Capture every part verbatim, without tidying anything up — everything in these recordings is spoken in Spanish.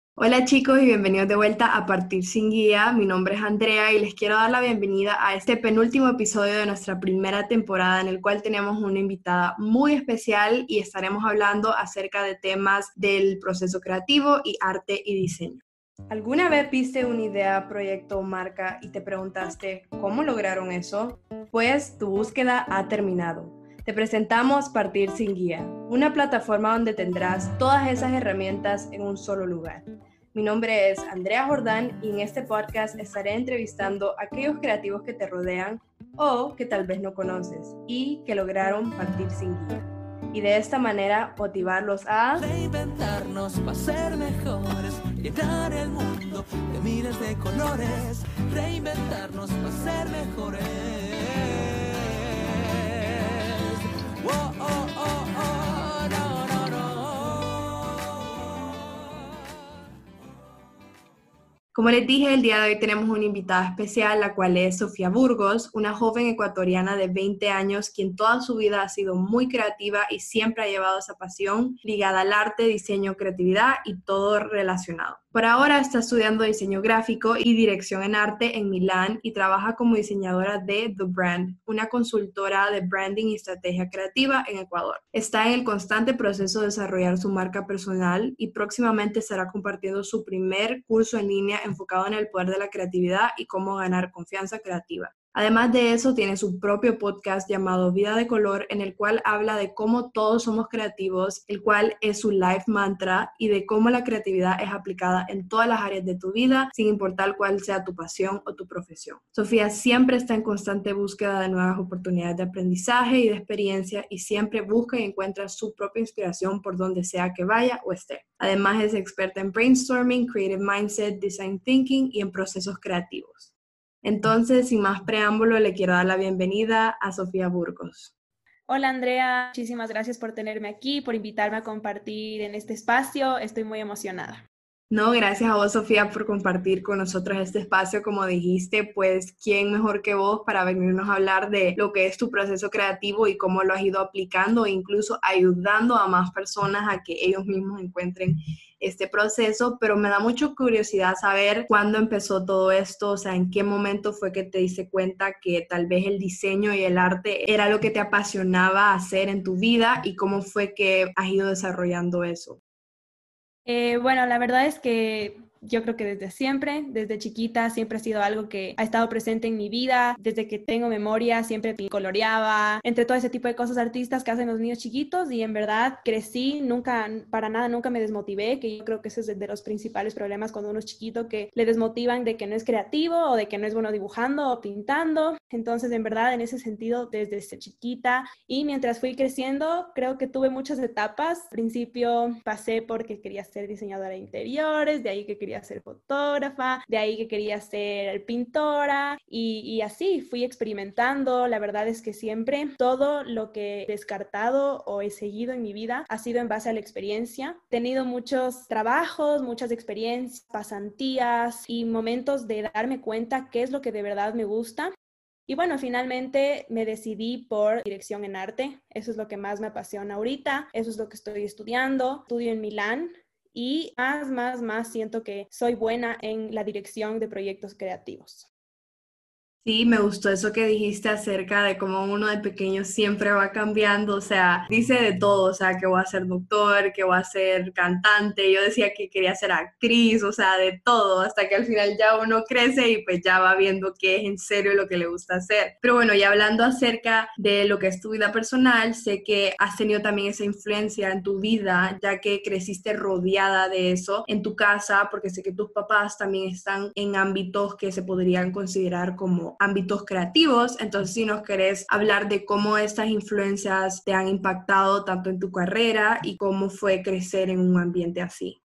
Hola chicos y bienvenidos de vuelta a Partir sin Guía. Mi nombre es Andrea y les quiero dar la bienvenida a este penúltimo episodio de nuestra primera temporada en el cual tenemos una invitada muy especial y estaremos hablando acerca de temas del proceso creativo y arte y diseño. ¿Alguna vez viste una idea, proyecto o marca y te preguntaste cómo lograron eso? Pues tu búsqueda ha terminado. Te presentamos Partir sin Guía, una plataforma donde tendrás todas esas herramientas en un solo lugar. Mi nombre es Andrea Jordán y en este podcast estaré entrevistando a aquellos creativos que te rodean o que tal vez no conoces y que lograron partir sin guía. Y de esta manera motivarlos a reinventarnos para ser mejores, llenar el mundo de miles de colores, reinventarnos para ser mejores. Oh, oh, oh, oh, no, no, no. Como les dije, el día de hoy tenemos una invitada especial, la cual es Sofía Burgos, una joven ecuatoriana de veinte años, quien toda su vida ha sido muy creativa y siempre ha llevado esa pasión ligada al arte, diseño, creatividad y todo relacionado. Por ahora está estudiando diseño gráfico y dirección en arte en Milán y trabaja como diseñadora de The Brand, una consultora de branding y estrategia creativa en Ecuador. Está en el constante proceso de desarrollar su marca personal y próximamente estará compartiendo su primer curso en línea enfocado en el poder de la creatividad y cómo ganar confianza creativa. Además de eso, tiene su propio podcast llamado Vida de Color, en el cual habla de cómo todos somos creativos, el cual es su life mantra, y de cómo la creatividad es aplicada en todas las áreas de tu vida, sin importar cuál sea tu pasión o tu profesión. Sofía siempre está en constante búsqueda de nuevas oportunidades de aprendizaje y de experiencia, y siempre busca y encuentra su propia inspiración por donde sea que vaya o esté. Además, es experta en brainstorming, creative mindset, design thinking y en procesos creativos. Entonces, sin más preámbulo, le quiero dar la bienvenida a Sofía Burgos. Hola Andrea, muchísimas gracias por tenerme aquí, por invitarme a compartir en este espacio. Estoy muy emocionada. No, gracias a vos, Sofía, por compartir con nosotros este espacio. Como dijiste, pues, ¿quién mejor que vos para venirnos a hablar de lo que es tu proceso creativo y cómo lo has ido aplicando e incluso ayudando a más personas a que ellos mismos encuentren este proceso? Pero me da mucha curiosidad saber cuándo empezó todo esto, o sea, en qué momento fue que te diste cuenta que tal vez el diseño y el arte era lo que te apasionaba hacer en tu vida y cómo fue que has ido desarrollando eso. Eh, bueno, la verdad es que yo creo que desde siempre, desde chiquita, siempre ha sido algo que ha estado presente en mi vida. Desde que tengo memoria, siempre coloreaba, entre todo ese tipo de cosas artistas que hacen los niños chiquitos, y en verdad crecí, nunca, para nada, nunca me desmotivé, que yo creo que ese es de los principales problemas cuando uno es chiquito, que le desmotivan de que no es creativo o de que no es bueno dibujando o pintando. Entonces, en verdad, en ese sentido, desde chiquita y mientras fui creciendo, creo que tuve muchas etapas. Al principio pasé porque quería ser diseñadora de interiores, de ahí que quería ser fotógrafa, de ahí que quería ser pintora, y, y así fui experimentando. La verdad es que siempre todo lo que he descartado o he seguido en mi vida ha sido en base a la experiencia. He tenido muchos trabajos, muchas experiencias, pasantías y momentos de darme cuenta qué es lo que de verdad me gusta. Y bueno, finalmente me decidí por dirección en arte. Eso es lo que más me apasiona ahorita. Eso es lo que estoy estudiando. Estudio en Milán y más, más, más siento que soy buena en la dirección de proyectos creativos. Sí, me gustó eso que dijiste acerca de cómo uno de pequeño siempre va cambiando, o sea, dice de todo, o sea, que voy a ser doctor, que voy a ser cantante, yo decía que quería ser actriz, o sea, de todo, hasta que al final ya uno crece y pues ya va viendo qué es en serio lo que le gusta hacer. Pero bueno, ya hablando acerca de lo que es tu vida personal, sé que has tenido también esa influencia en tu vida, ya que creciste rodeada de eso en tu casa, porque sé que tus papás también están en ámbitos que se podrían considerar como ámbitos creativos. Entonces, si nos querés hablar de cómo estas influencias te han impactado tanto en tu carrera y cómo fue crecer en un ambiente así.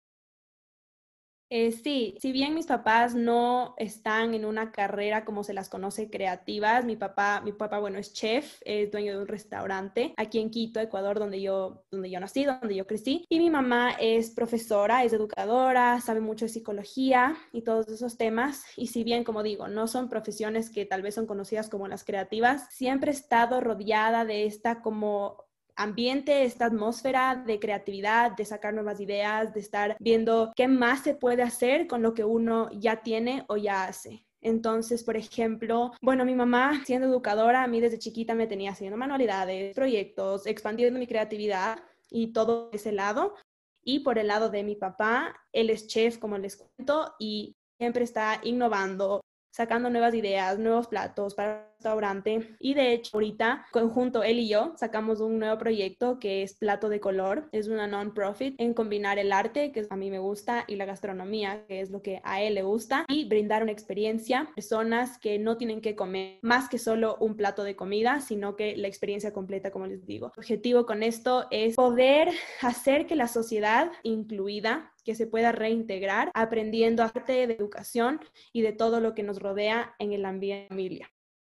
Eh, sí, si bien mis papás no están en una carrera como se las conoce creativas, mi papá, mi papá, bueno, es chef, es dueño de un restaurante aquí en Quito, Ecuador, donde yo, donde yo nací, donde yo crecí, y mi mamá es profesora, es educadora, sabe mucho de psicología y todos esos temas, y si bien, como digo, no son profesiones que tal vez son conocidas como las creativas, siempre he estado rodeada de esta como ambiente, esta atmósfera de creatividad, de sacar nuevas ideas, de estar viendo qué más se puede hacer con lo que uno ya tiene o ya hace. Entonces, por ejemplo, bueno, mi mamá, siendo educadora, a mí desde chiquita me tenía haciendo manualidades, proyectos, expandiendo mi creatividad y todo ese lado. Y por el lado de mi papá, él es chef, como les cuento, y siempre está innovando, sacando nuevas ideas, nuevos platos para el restaurante. Y de hecho, ahorita, conjunto él y yo, sacamos un nuevo proyecto que es Plato de Color. Es una non-profit en combinar el arte, que a mí me gusta, y la gastronomía, que es lo que a él le gusta, y brindar una experiencia a personas que no tienen que comer más que solo un plato de comida, sino que la experiencia completa, como les digo. El objetivo con esto es poder hacer que la sociedad incluida, que se pueda reintegrar aprendiendo arte, de educación y de todo lo que nos rodea en el ambiente de familia.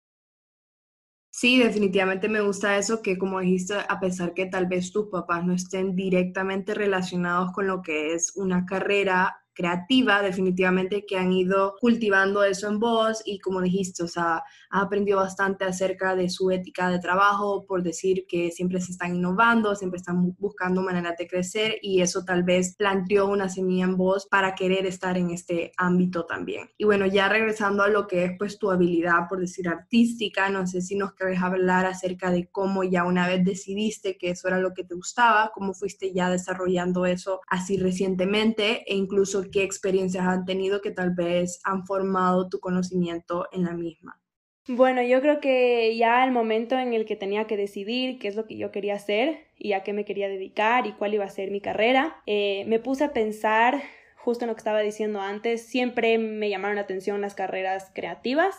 Sí, definitivamente me gusta eso, que como dijiste, a pesar que tal vez tus papás no estén directamente relacionados con lo que es una carrera creativa, definitivamente que han ido cultivando eso en vos y como dijiste, o sea, has aprendido bastante acerca de su ética de trabajo, por decir que siempre se están innovando, siempre están buscando maneras de crecer y eso tal vez planteó una semilla en vos para querer estar en este ámbito también. Y bueno, ya regresando a lo que es pues tu habilidad, por decir, artística, no sé si nos querés hablar acerca de cómo ya una vez decidiste que eso era lo que te gustaba, cómo fuiste ya desarrollando eso así recientemente e incluso qué experiencias han tenido que tal vez han formado tu conocimiento en la misma. Bueno, yo creo que ya el momento en el que tenía que decidir qué es lo que yo quería hacer y a qué me quería dedicar y cuál iba a ser mi carrera, eh, me puse a pensar justo en lo que estaba diciendo antes. Siempre me llamaron la atención las carreras creativas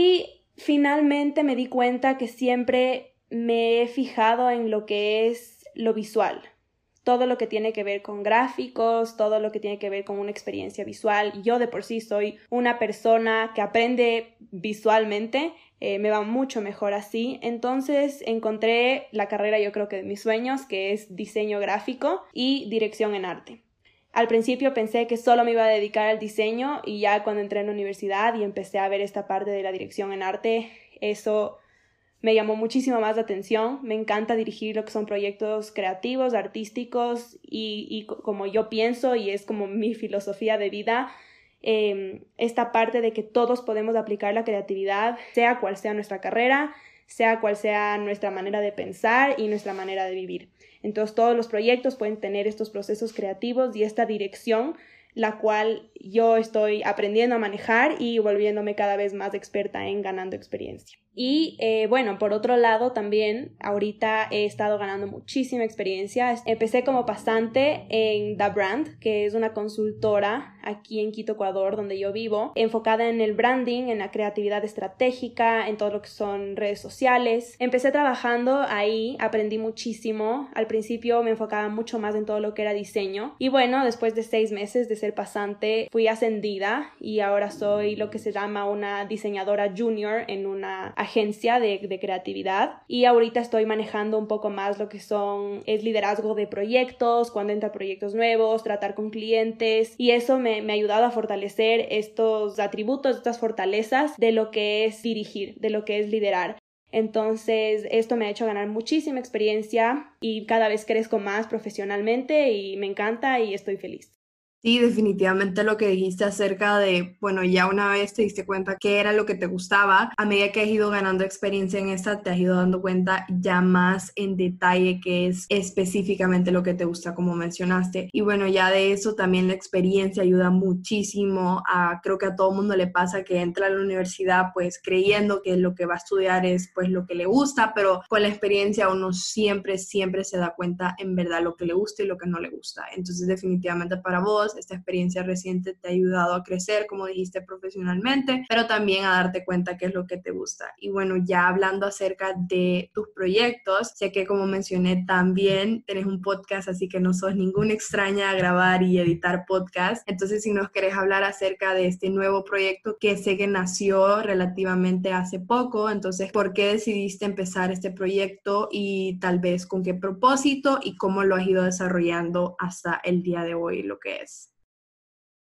y finalmente me di cuenta que siempre me he fijado en lo que es lo visual. Todo lo que tiene que ver con gráficos, todo lo que tiene que ver con una experiencia visual. Yo de por sí soy una persona que aprende visualmente, eh, me va mucho mejor así. Entonces encontré la carrera, yo creo que de mis sueños, que es diseño gráfico y dirección en arte. Al principio pensé que solo me iba a dedicar al diseño y ya cuando entré en la universidad y empecé a ver esta parte de la dirección en arte, eso me llamó muchísimo más la atención. Me encanta dirigir lo que son proyectos creativos, artísticos y, y como yo pienso y es como mi filosofía de vida, eh, esta parte de que todos podemos aplicar la creatividad, sea cual sea nuestra carrera, sea cual sea nuestra manera de pensar y nuestra manera de vivir. Entonces todos los proyectos pueden tener estos procesos creativos y esta dirección, la cual yo estoy aprendiendo a manejar y volviéndome cada vez más experta en ganando experiencia. Y eh, bueno, por otro lado también ahorita he estado ganando muchísima experiencia. Empecé como pasante en The Brand, que es una consultora aquí en Quito, Ecuador, donde yo vivo, enfocada en el branding, en la creatividad estratégica, en todo lo que son redes sociales. Empecé trabajando ahí, aprendí muchísimo. Al principio me enfocaba mucho más en todo lo que era diseño. Y bueno, después de seis meses de ser pasante, fui ascendida y ahora soy lo que se llama una diseñadora junior en una agencia de, de creatividad y ahorita estoy manejando un poco más lo que son es liderazgo de proyectos, cuando entran proyectos nuevos, tratar con clientes y eso me, me ha ayudado a fortalecer estos atributos, estas fortalezas de lo que es dirigir, de lo que es liderar. Entonces esto me ha hecho ganar muchísima experiencia y cada vez crezco más profesionalmente y me encanta y estoy feliz. Sí, definitivamente lo que dijiste acerca de, bueno, ya una vez te diste cuenta qué era lo que te gustaba, a medida que has ido ganando experiencia en esta, te has ido dando cuenta ya más en detalle qué es específicamente lo que te gusta, como mencionaste. Y bueno, ya de eso también la experiencia ayuda muchísimo a, creo que a todo mundo le pasa que entra a la universidad pues creyendo que lo que va a estudiar es pues lo que le gusta, pero con la experiencia uno siempre, siempre se da cuenta en verdad lo que le gusta y lo que no le gusta. Entonces definitivamente para vos esta experiencia reciente te ha ayudado a crecer, como dijiste, profesionalmente, pero también a darte cuenta qué es lo que te gusta. Y bueno, ya hablando acerca de tus proyectos, sé que como mencioné también tenés un podcast, así que no sos ninguna extraña a grabar y editar podcast. Entonces, si nos querés hablar acerca de este nuevo proyecto que sé que nació relativamente hace poco, entonces, ¿por qué decidiste empezar este proyecto y tal vez con qué propósito y cómo lo has ido desarrollando hasta el día de hoy, lo que es?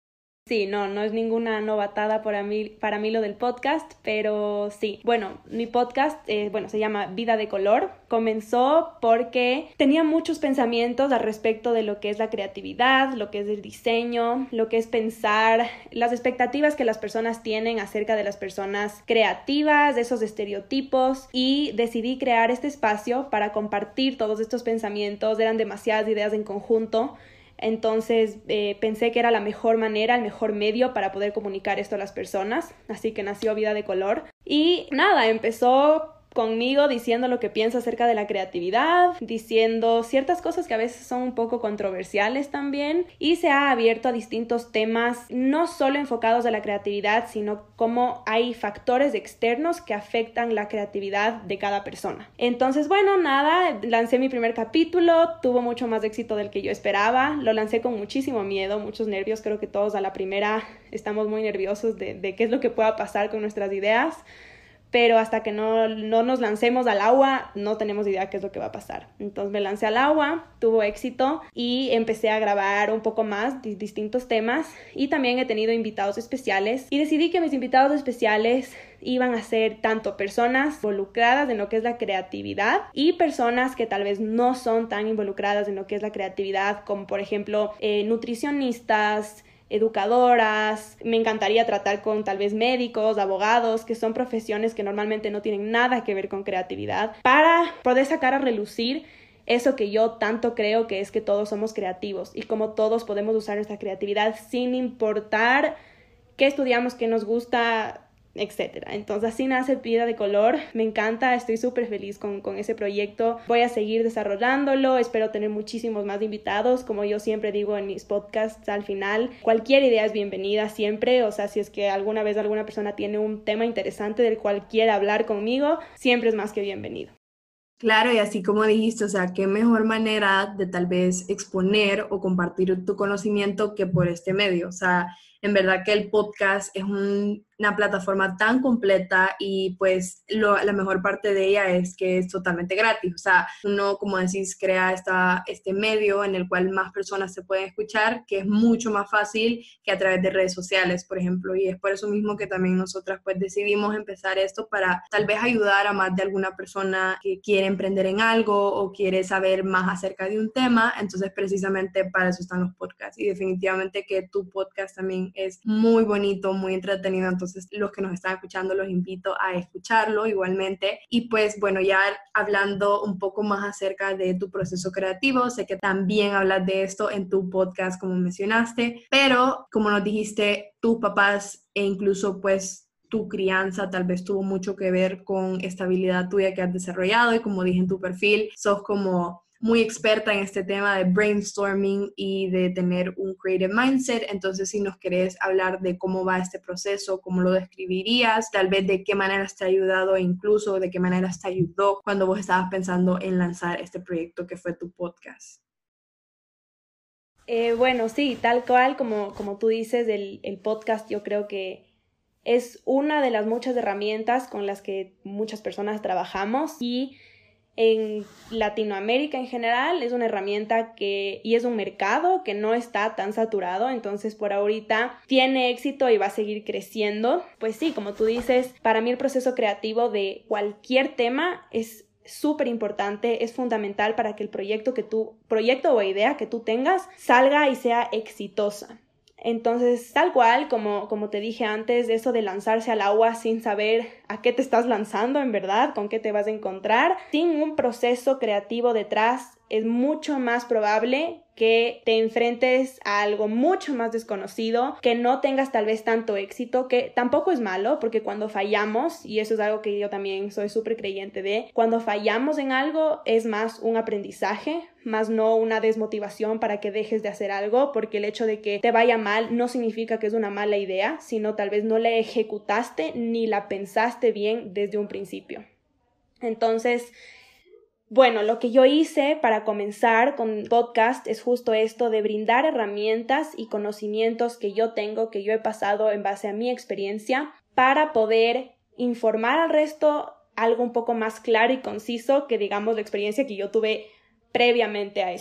Sí, no, no es ninguna novatada para mí, para mí lo del podcast, pero sí. Bueno, mi podcast, eh, bueno, se llama Vida de Color. Comenzó porque tenía muchos pensamientos al respecto de lo que es la creatividad, lo que es el diseño, lo que es pensar, las expectativas que las personas tienen acerca de las personas creativas, de esos estereotipos, y decidí crear este espacio para compartir todos estos pensamientos. Eran demasiadas ideas en conjunto. Entonces eh, pensé que era la mejor manera, el mejor medio para poder comunicar esto a las personas, así que nació Vida de Color. Y nada, empezó conmigo diciendo lo que pienso acerca de la creatividad, diciendo ciertas cosas que a veces son un poco controversiales también, y se ha abierto a distintos temas, no solo enfocados a la creatividad, sino cómo hay factores externos que afectan la creatividad de cada persona. Entonces, bueno, nada, lancé mi primer capítulo, tuvo mucho más éxito del que yo esperaba, lo lancé con muchísimo miedo, muchos nervios, creo que todos a la primera estamos muy nerviosos de, de qué es lo que pueda pasar con nuestras ideas, pero hasta que no, no nos lancemos al agua, no tenemos idea qué es lo que va a pasar. Entonces me lancé al agua, tuvo éxito y empecé a grabar un poco más de distintos temas, y también he tenido invitados especiales, y decidí que mis invitados especiales iban a ser tanto personas involucradas en lo que es la creatividad y personas que tal vez no son tan involucradas en lo que es la creatividad, como por ejemplo eh, nutricionistas, educadoras. Me encantaría tratar con tal vez médicos, abogados, que son profesiones que normalmente no tienen nada que ver con creatividad, para poder sacar a relucir eso que yo tanto creo, que es que todos somos creativos y como todos podemos usar nuestra creatividad sin importar qué estudiamos, qué nos gusta, etcétera. Entonces así nace Vida de Color. Me encanta, estoy súper feliz con, con ese proyecto. Voy a seguir desarrollándolo, espero tener muchísimos más invitados. Como yo siempre digo en mis podcasts al final, cualquier idea es bienvenida siempre. O sea, si es que alguna vez alguna persona tiene un tema interesante del cual quiera hablar conmigo, siempre es más que bienvenido. Claro, y así como dijiste, o sea, qué mejor manera de tal vez exponer o compartir tu conocimiento que por este medio. O sea, en verdad que el podcast es un, una plataforma tan completa, y pues lo, la mejor parte de ella es que es totalmente gratis. O sea, uno, como decís, crea esta, este medio en el cual más personas se pueden escuchar, que es mucho más fácil que a través de redes sociales, por ejemplo, y es por eso mismo que también nosotras pues decidimos empezar esto, para tal vez ayudar a más de alguna persona que quiere emprender en algo o quiere saber más acerca de un tema. Entonces precisamente para eso están los podcasts, y definitivamente que tu podcast también es muy bonito, muy entretenido. Entonces los que nos están escuchando los invito a escucharlo igualmente. Y pues bueno, ya hablando un poco más acerca de tu proceso creativo, sé que también hablas de esto en tu podcast como mencionaste, pero como nos dijiste, tus papás e incluso pues tu crianza tal vez tuvo mucho que ver con esta habilidad tuya que has desarrollado, y como dije en tu perfil, sos como muy experta en este tema de brainstorming y de tener un creative mindset. Entonces, si nos querés hablar de cómo va este proceso, cómo lo describirías, tal vez de qué maneras te ha ayudado, e incluso de qué maneras te ayudó cuando vos estabas pensando en lanzar este proyecto que fue tu podcast. Eh, bueno, sí, tal cual como, como tú dices, el, el podcast yo creo que es una de las muchas herramientas con las que muchas personas trabajamos, y en Latinoamérica en general es una herramienta que, y es un mercado que no está tan saturado. Entonces por ahorita tiene éxito y va a seguir creciendo. Pues sí, como tú dices, para mí el proceso creativo de cualquier tema es súper importante, es fundamental para que el proyecto que tú, proyecto o idea que tú tengas salga y sea exitosa. Entonces, tal cual, como, como te dije antes, eso de lanzarse al agua sin saber a qué te estás lanzando en verdad, con qué te vas a encontrar, sin un proceso creativo detrás, es mucho más probable que te enfrentes a algo mucho más desconocido, que no tengas tal vez tanto éxito, que tampoco es malo, porque cuando fallamos, y eso es algo que yo también soy súper creyente de, cuando fallamos en algo es más un aprendizaje, más no una desmotivación para que dejes de hacer algo, porque el hecho de que te vaya mal no significa que es una mala idea, sino tal vez no la ejecutaste ni la pensaste bien desde un principio. Entonces, bueno, lo que yo hice para comenzar con podcast es justo esto de brindar herramientas y conocimientos que yo tengo, que yo he pasado en base a mi experiencia, para poder informar al resto algo un poco más claro y conciso que, digamos, la experiencia que yo tuve previamente a eso.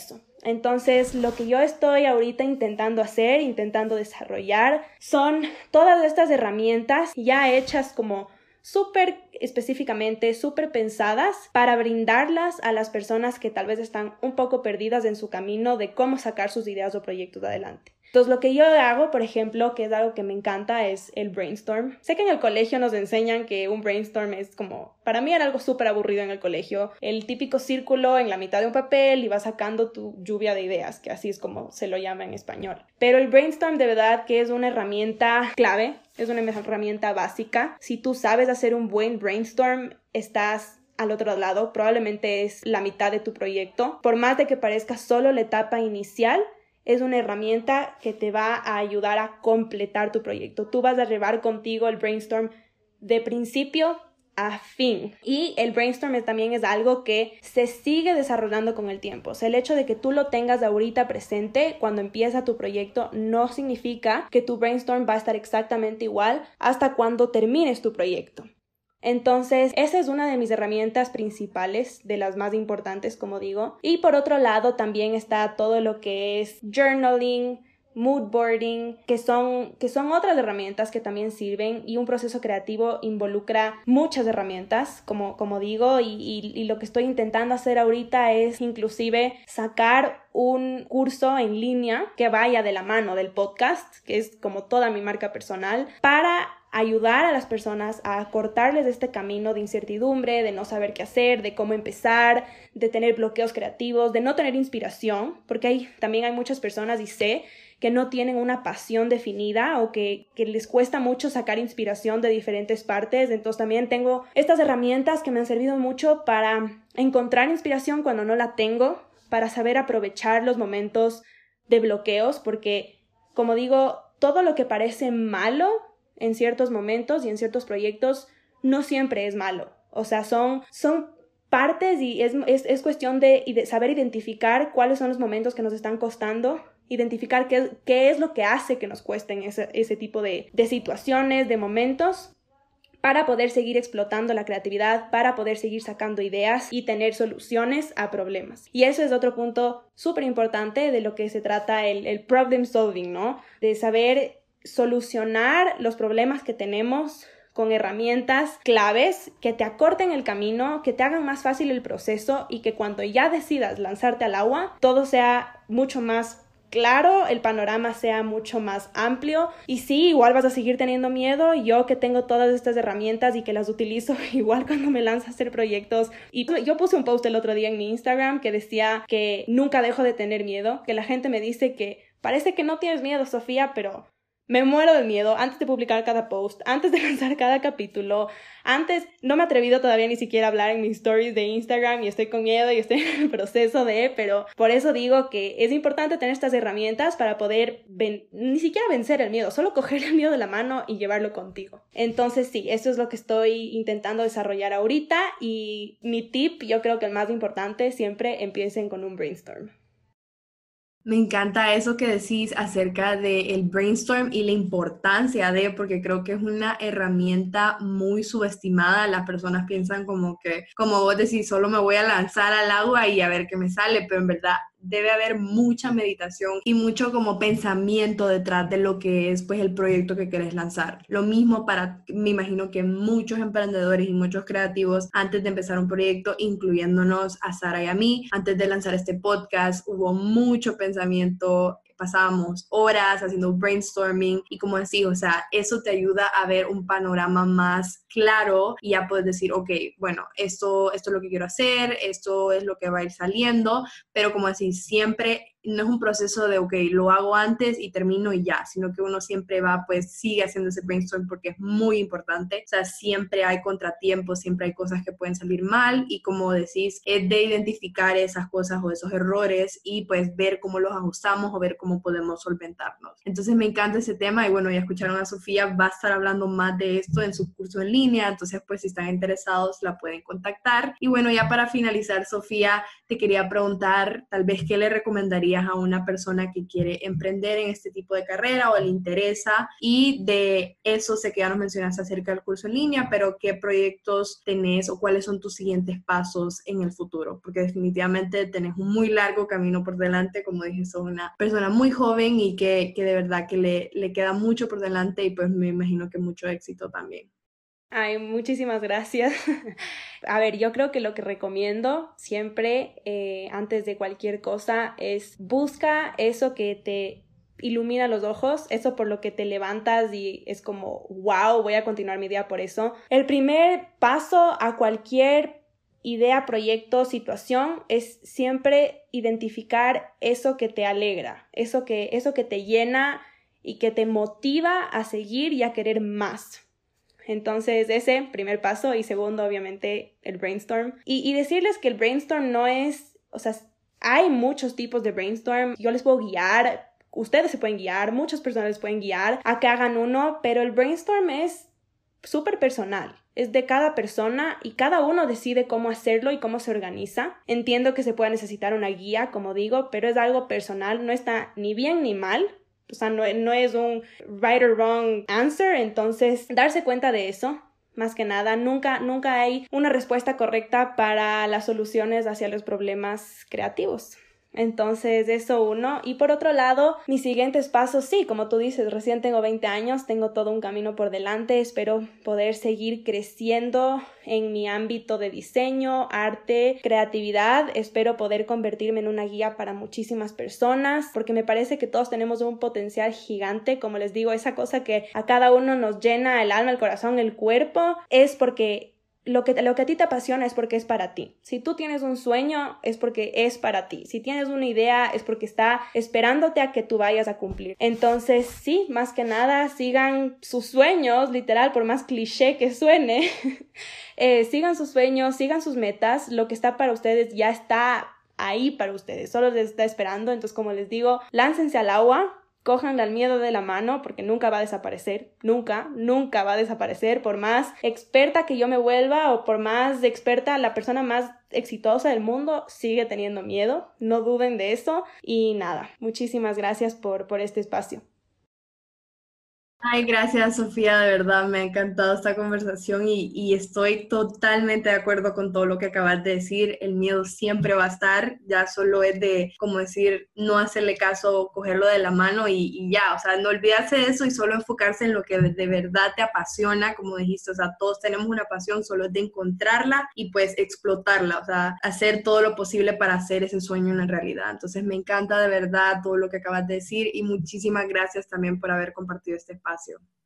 Entonces, lo que yo estoy ahorita intentando hacer, intentando desarrollar, son todas estas herramientas ya hechas como súper específicamente, súper pensadas para brindarlas a las personas que tal vez están un poco perdidas en su camino de cómo sacar sus ideas o proyectos adelante. Entonces, lo que yo hago, por ejemplo, que es algo que me encanta, es el brainstorm. Sé que en el colegio nos enseñan que un brainstorm es como... Para mí era algo súper aburrido en el colegio. El típico círculo en la mitad de un papel y vas sacando tu lluvia de ideas, que así es como se lo llama en español. Pero el brainstorm de verdad que es una herramienta clave, es una herramienta básica. Si tú sabes hacer un buen brainstorm, estás al otro lado. Probablemente es la mitad de tu proyecto. Por más de que parezca solo la etapa inicial, es una herramienta que te va a ayudar a completar tu proyecto. Tú vas a llevar contigo el brainstorm de principio a fin. Y el brainstorm también es algo que se sigue desarrollando con el tiempo. O sea, el hecho de que tú lo tengas ahorita presente cuando empieza tu proyecto no significa que tu brainstorm va a estar exactamente igual hasta cuando termines tu proyecto. Entonces, esa es una de mis herramientas principales, de las más importantes, como digo. Y por otro lado, también está todo lo que es journaling, mood boarding, que son, que son otras herramientas que también sirven, y un proceso creativo involucra muchas herramientas, como, como digo, y, y, y lo que estoy intentando hacer ahorita es inclusive sacar un curso en línea que vaya de la mano del podcast, que es como toda mi marca personal, para ayudar a las personas a cortarles este camino de incertidumbre, de no saber qué hacer, de cómo empezar, de tener bloqueos creativos, de no tener inspiración, porque hay, también hay muchas personas, y sé, que no tienen una pasión definida o que, que les cuesta mucho sacar inspiración de diferentes partes. Entonces también tengo estas herramientas que me han servido mucho para encontrar inspiración cuando no la tengo, para saber aprovechar los momentos de bloqueos, porque, como digo, todo lo que parece malo en ciertos momentos y en ciertos proyectos no siempre es malo. O sea, son, son partes, y es, es, es cuestión de, de saber identificar cuáles son los momentos que nos están costando, identificar qué, qué es lo que hace que nos cuesten ese, ese tipo de, de situaciones, de momentos, para poder seguir explotando la creatividad, para poder seguir sacando ideas y tener soluciones a problemas. Y eso es otro punto súper importante de lo que se trata el, el problem solving, ¿no? De saber solucionar los problemas que tenemos con herramientas claves que te acorten el camino, que te hagan más fácil el proceso, y que cuando ya decidas lanzarte al agua, todo sea mucho más claro, el panorama sea mucho más amplio. Y sí, igual vas a seguir teniendo miedo. Yo que tengo todas estas herramientas y que las utilizo igual cuando me lanzo a hacer proyectos. Y yo puse un post el otro día en mi Instagram que decía que nunca dejo de tener miedo, que la gente me dice que parece que no tienes miedo, Sofía, pero me muero de miedo antes de publicar cada post, antes de lanzar cada capítulo. Antes no me he atrevido todavía ni siquiera a hablar en mis stories de Instagram, y estoy con miedo y estoy en el proceso de, pero por eso digo que es importante tener estas herramientas para poder ven- ni siquiera vencer el miedo, solo coger el miedo de la mano y llevarlo contigo. Entonces sí, eso es lo que estoy intentando desarrollar ahorita, y mi tip, yo creo que el más importante, siempre empiecen con un brainstorm. Me encanta eso que decís acerca del brainstorm y la importancia de, porque creo que es una herramienta muy subestimada. Las personas piensan como que, como vos decís, solo me voy a lanzar al agua y a ver qué me sale, pero en verdad debe haber mucha meditación y mucho como pensamiento detrás de lo que es pues el proyecto que querés lanzar. Lo mismo para, me imagino que muchos emprendedores y muchos creativos antes de empezar un proyecto, incluyéndonos a Sara y a mí, antes de lanzar este podcast, hubo mucho pensamiento. Pasábamos horas haciendo brainstorming, y como decís, o sea, eso te ayuda a ver un panorama más claro, y ya puedes decir, ok, bueno, esto, esto es lo que quiero hacer, esto es lo que va a ir saliendo, pero como decís, siempre no es un proceso de, ok, lo hago antes y termino y ya, sino que uno siempre va, pues sigue haciendo ese brainstorm porque es muy importante. O sea, siempre hay contratiempos, siempre hay cosas que pueden salir mal, y como decís, es de identificar esas cosas o esos errores y pues ver cómo los ajustamos o ver cómo podemos solventarnos. Entonces me encanta ese tema, y bueno, ya escucharon a Sofía, va a estar hablando más de esto en su curso en línea, entonces pues si están interesados la pueden contactar. Y bueno, ya para finalizar, Sofía, te quería preguntar tal vez qué le recomendaría darías a una persona que quiere emprender en este tipo de carrera o le interesa? Y de eso sé que ya nos mencionaste acerca del curso en línea, pero ¿qué proyectos tenés o cuáles son tus siguientes pasos en el futuro? Porque definitivamente tenés un muy largo camino por delante, como dije, sos una persona muy joven y que, que de verdad que le, le queda mucho por delante y pues me imagino que mucho éxito también. Ay, muchísimas gracias. A ver, yo creo que lo que recomiendo siempre, eh, antes de cualquier cosa, es busca eso que te ilumina los ojos, eso por lo que te levantas y es como, wow, voy a continuar mi día por eso. El primer paso a cualquier idea, proyecto, situación es siempre identificar eso que te alegra, eso que, eso que te llena y que te motiva a seguir y a querer más. Entonces ese primer paso y segundo obviamente el brainstorm y, y decirles que el brainstorm no es, o sea, hay muchos tipos de brainstorm, yo les puedo guiar, ustedes se pueden guiar, muchas personas les pueden guiar a que hagan uno, pero el brainstorm es súper personal, es de cada persona y cada uno decide cómo hacerlo y cómo se organiza. Entiendo que se pueda necesitar una guía, como digo, pero es algo personal, no está ni bien ni mal. O sea, no, no es un right or wrong answer, entonces darse cuenta de eso, más que nada, nunca, nunca hay una respuesta correcta para las soluciones hacia los problemas creativos. Entonces, eso uno. Y por otro lado, mis siguientes pasos, sí, como tú dices, recién tengo veinte años, tengo todo un camino por delante, espero poder seguir creciendo en mi ámbito de diseño, arte, creatividad, espero poder convertirme en una guía para muchísimas personas, porque me parece que todos tenemos un potencial gigante, como les digo, esa cosa que a cada uno nos llena el alma, el corazón, el cuerpo, es porque Lo que, lo que a ti te apasiona es porque es para ti. Si tú tienes un sueño, es porque es para ti. Si tienes una idea, es porque está esperándote a que tú vayas a cumplir. Entonces, sí, más que nada, sigan sus sueños, literal, por más cliché que suene. eh, sigan sus sueños, sigan sus metas. Lo que está para ustedes ya está ahí para ustedes. Solo les está esperando. Entonces, como les digo, láncense al agua. Cójanle al miedo de la mano porque nunca va a desaparecer, nunca, nunca va a desaparecer, por más experta que yo me vuelva o por más experta, la persona más exitosa del mundo sigue teniendo miedo, no duden de eso y nada, muchísimas gracias por, por este espacio. Ay, gracias Sofía, de verdad me ha encantado esta conversación y, y estoy totalmente de acuerdo con todo lo que acabas de decir. El miedo siempre va a estar, ya solo es de, como decir, no hacerle caso, cogerlo de la mano y, y ya, o sea, no olvidarse de eso y solo enfocarse en lo que de verdad te apasiona, como dijiste, o sea, todos tenemos una pasión, solo es de encontrarla y pues explotarla, o sea, hacer todo lo posible para hacer ese sueño una realidad. Entonces me encanta de verdad todo lo que acabas de decir y muchísimas gracias también por haber compartido este espacio.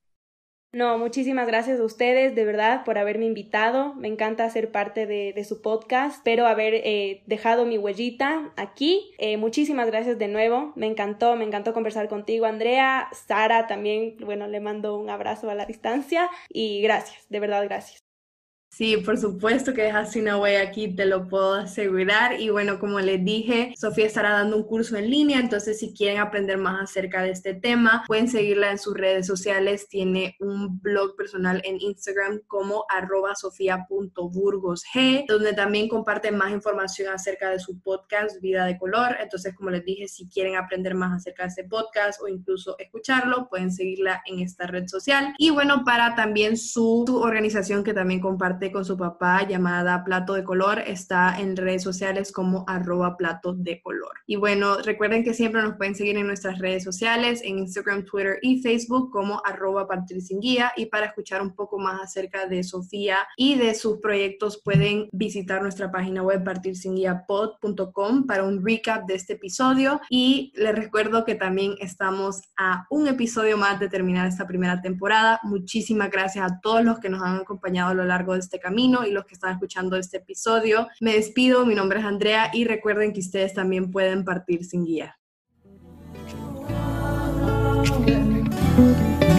No, muchísimas gracias a ustedes, de verdad, por haberme invitado. Me encanta ser parte de, de su podcast. Espero haber eh, dejado mi huellita aquí. Eh, muchísimas gracias de nuevo. Me encantó, me encantó conversar contigo, Andrea. Sara también, bueno, le mando un abrazo a la distancia. Y gracias, de verdad, gracias. Sí, por supuesto que dejaste una huella aquí, te lo puedo asegurar. Y bueno, como les dije, Sofía estará dando un curso en línea, entonces si quieren aprender más acerca de este tema, pueden seguirla en sus redes sociales. Tiene un blog personal en Instagram como arroba sofia punto burgos g, donde también comparte más información acerca de su podcast Vida de Color. Entonces, como les dije, si quieren aprender más acerca de este podcast o incluso escucharlo, pueden seguirla en esta red social. Y bueno, para también su, su organización que también comparte con su papá llamada Plato de Color, está en redes sociales como arroba plato de color. Y bueno, recuerden que siempre nos pueden seguir en nuestras redes sociales, en Instagram, Twitter y Facebook como arroba partir sin guía, y para escuchar un poco más acerca de Sofía y de sus proyectos pueden visitar nuestra página web partir sin guía pod punto com para un recap de este episodio. Y les recuerdo que también estamos a un episodio más de terminar esta primera temporada. Muchísimas gracias a todos los que nos han acompañado a lo largo de este camino y los que están escuchando este episodio. Me despido, mi nombre es Andrea y recuerden que ustedes también pueden partir sin guía.